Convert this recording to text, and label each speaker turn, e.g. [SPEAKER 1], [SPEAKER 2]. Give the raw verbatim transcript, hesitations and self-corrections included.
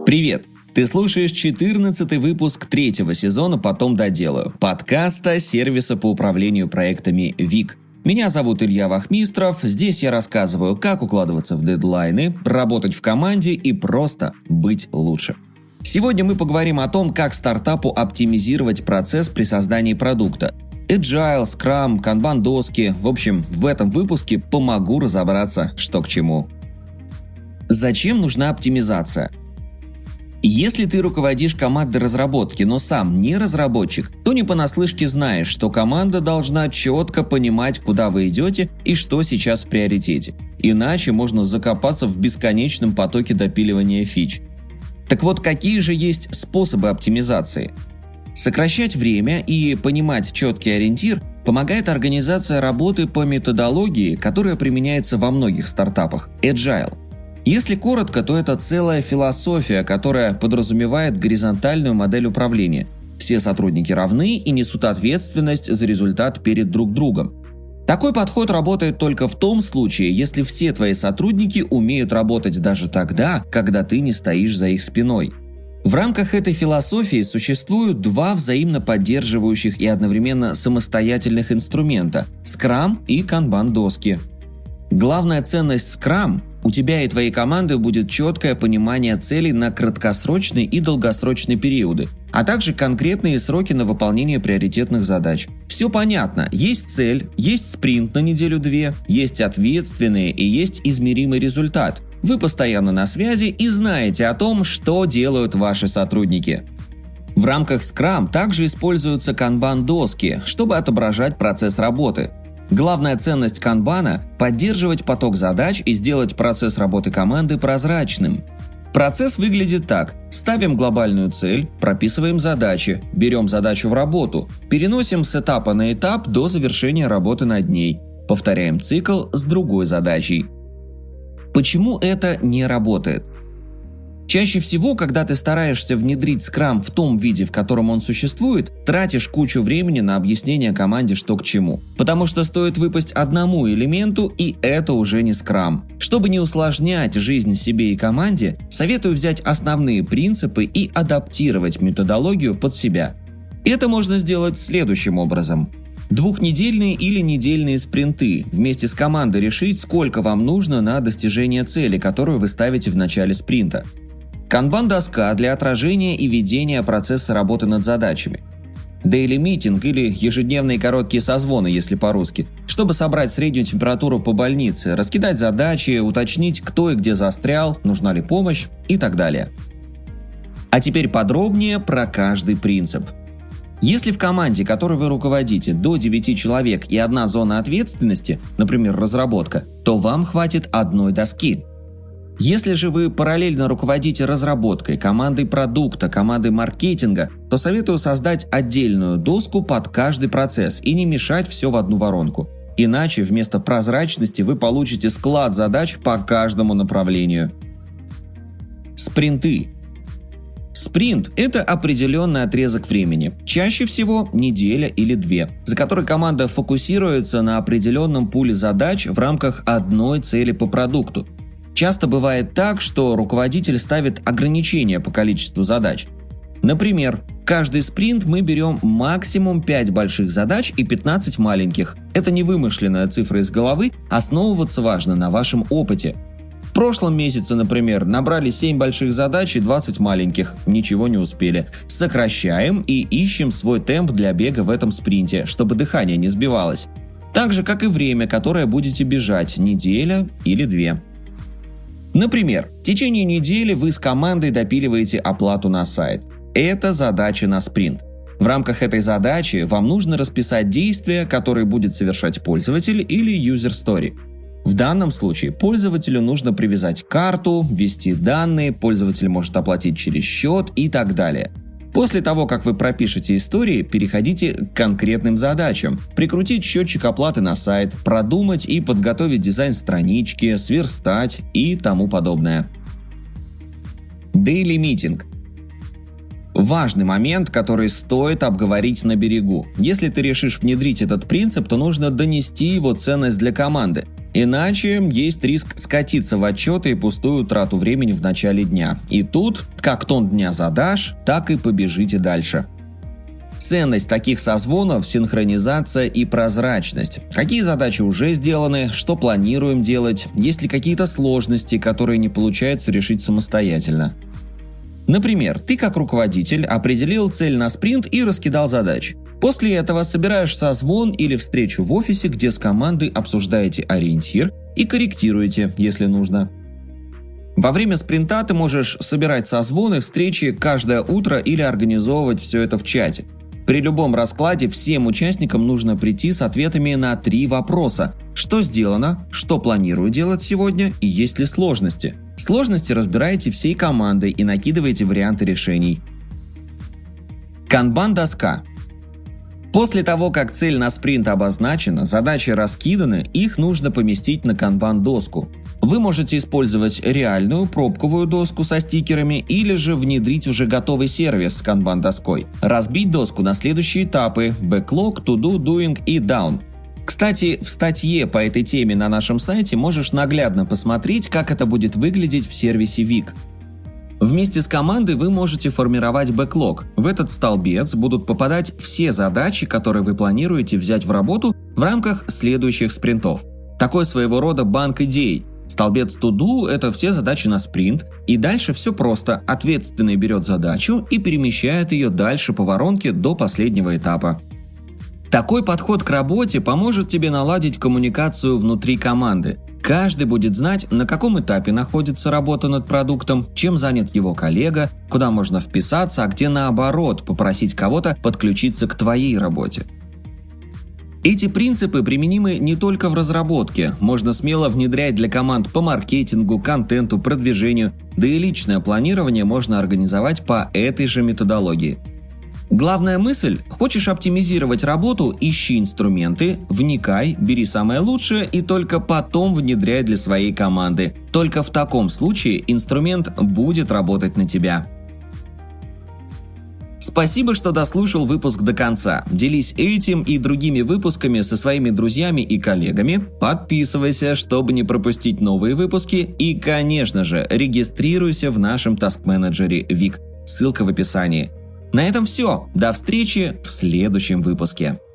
[SPEAKER 1] Привет! Ты слушаешь четырнадцатый выпуск третьего сезона «Потом доделаю» подкаста сервиса по управлению проектами ВИК. Меня зовут Илья Вахмистров, здесь я рассказываю, как укладываться в дедлайны, работать в команде и просто быть лучше. Сегодня мы поговорим о том, как стартапу оптимизировать процесс при создании продукта. Agile, Scrum, Kanban-доски, в общем, в этом выпуске помогу разобраться, что к чему. Зачем нужна оптимизация? Если ты руководишь командой разработки, но сам не разработчик, то не понаслышке знаешь, что команда должна четко понимать, куда вы идете и что сейчас в приоритете. Иначе можно закопаться в бесконечном потоке допиливания фич. Так вот, какие же есть способы оптимизации? Сокращать время и понимать четкий ориентир помогает организация работы по методологии, которая применяется во многих стартапах – Agile. Если коротко, то это целая философия, которая подразумевает горизонтальную модель управления. Все сотрудники равны и несут ответственность за результат перед друг другом. Такой подход работает только в том случае, если все твои сотрудники умеют работать даже тогда, когда ты не стоишь за их спиной. В рамках этой философии существуют два взаимно поддерживающих и одновременно самостоятельных инструмента – Scrum и Kanban-доски. Главная ценность Scrum – у тебя и твоей команды будет четкое понимание целей на краткосрочные и долгосрочные периоды, а также конкретные сроки на выполнение приоритетных задач. Все понятно, есть цель, есть спринт на неделю-две, есть ответственные и есть измеримый результат. Вы постоянно на связи и знаете о том, что делают ваши сотрудники. В рамках Scrum также используются Kanban-доски, чтобы отображать процесс работы. Главная ценность канбана – поддерживать поток задач и сделать процесс работы команды прозрачным. Процесс выглядит так. Ставим глобальную цель, прописываем задачи, берем задачу в работу, переносим с этапа на этап до завершения работы над ней, повторяем цикл с другой задачей. Почему это не работает? Чаще всего, когда ты стараешься внедрить Scrum в том виде, в котором он существует, тратишь кучу времени на объяснение команде, что к чему. Потому что стоит выпасть одному элементу, и это уже не Scrum. Чтобы не усложнять жизнь себе и команде, советую взять основные принципы и адаптировать методологию под себя. Это можно сделать следующим образом. Двухнедельные или недельные спринты. Вместе с командой решить, сколько вам нужно на достижение цели, которую вы ставите в начале спринта. Kanban-доска для отражения и ведения процесса работы над задачами. Daily meeting или ежедневные короткие созвоны, если по-русски, чтобы собрать среднюю температуру по больнице, раскидать задачи, уточнить, кто и где застрял, нужна ли помощь и так далее. А теперь подробнее про каждый принцип. Если в команде, которой вы руководите, до девяти человек и одна зона ответственности, например, разработка, то вам хватит одной доски. Если же вы параллельно руководите разработкой, командой продукта, командой маркетинга, то советую создать отдельную доску под каждый процесс и не мешать все в одну воронку. Иначе вместо прозрачности вы получите склад задач по каждому направлению. Спринты. Спринт – это определенный отрезок времени, чаще всего неделя или две, за который команда фокусируется на определенном пуле задач в рамках одной цели по продукту. Часто бывает так, что руководитель ставит ограничения по количеству задач. Например, каждый спринт мы берем максимум пять больших задач и пятнадцать маленьких. Это не вымышленная цифра из головы, основываться важно на вашем опыте. В прошлом месяце, например, набрали семь больших задач и двадцать маленьких, ничего не успели. Сокращаем и ищем свой темп для бега в этом спринте, чтобы дыхание не сбивалось. Так же, как и время, которое будете бежать, неделя или две. Например, в течение недели вы с командой допиливаете оплату на сайт. Это задача на спринт. В рамках этой задачи вам нужно расписать действия, которые будет совершать пользователь или user story. В данном случае пользователю нужно привязать карту, ввести данные, пользователь может оплатить через счет и так далее. После того, как вы пропишете истории, переходите к конкретным задачам. Прикрутить счетчик оплаты на сайт, продумать и подготовить дизайн странички, сверстать и тому подобное. Daily meeting. Важный момент, который стоит обговорить на берегу. Если ты решишь внедрить этот принцип, то нужно донести его ценность для команды. Иначе есть риск скатиться в отчеты и пустую трату времени в начале дня. И тут, как тон дня задашь, так и побежите дальше. Ценность таких созвонов – синхронизация и прозрачность. Какие задачи уже сделаны, что планируем делать, есть ли какие-то сложности, которые не получается решить самостоятельно. Например, ты как руководитель определил цель на спринт и раскидал задачи. После этого собираешь созвон или встречу в офисе, где с командой обсуждаете ориентир и корректируете, если нужно. Во время спринта ты можешь собирать созвоны, встречи каждое утро или организовывать все это в чате. При любом раскладе всем участникам нужно прийти с ответами на три вопроса: что сделано, что планирую делать сегодня и есть ли сложности. Сложности разбираете всей командой и накидываете варианты решений. Канбан-доска. После того, как цель на спринт обозначена, задачи раскиданы, их нужно поместить на канбан-доску. Вы можете использовать реальную пробковую доску со стикерами или же внедрить уже готовый сервис с канбан-доской. Разбить доску на следующие этапы – backlog, to-do, doing и down. Кстати, в статье по этой теме на нашем сайте можешь наглядно посмотреть, как это будет выглядеть в сервисе Вик. Вместе с командой вы можете формировать бэклог. В этот столбец будут попадать все задачи, которые вы планируете взять в работу в рамках следующих спринтов. Такой своего рода банк идей. Столбец to do – это все задачи на спринт, и дальше все просто. Ответственный берет задачу и перемещает ее дальше по воронке до последнего этапа. Такой подход к работе поможет тебе наладить коммуникацию внутри команды. Каждый будет знать, на каком этапе находится работа над продуктом, чем занят его коллега, куда можно вписаться, а где наоборот попросить кого-то подключиться к твоей работе. Эти принципы применимы не только в разработке, можно смело внедрять для команд по маркетингу, контенту, продвижению, да и личное планирование можно организовать по этой же методологии. Главная мысль – хочешь оптимизировать работу – ищи инструменты, вникай, бери самое лучшее и только потом внедряй для своей команды. Только в таком случае инструмент будет работать на тебя. Спасибо, что дослушал выпуск до конца. Делись этим и другими выпусками со своими друзьями и коллегами. Подписывайся, чтобы не пропустить новые выпуски. И, конечно же, регистрируйся в нашем таск-менеджере Вик. Ссылка в описании. На этом все. До встречи в следующем выпуске.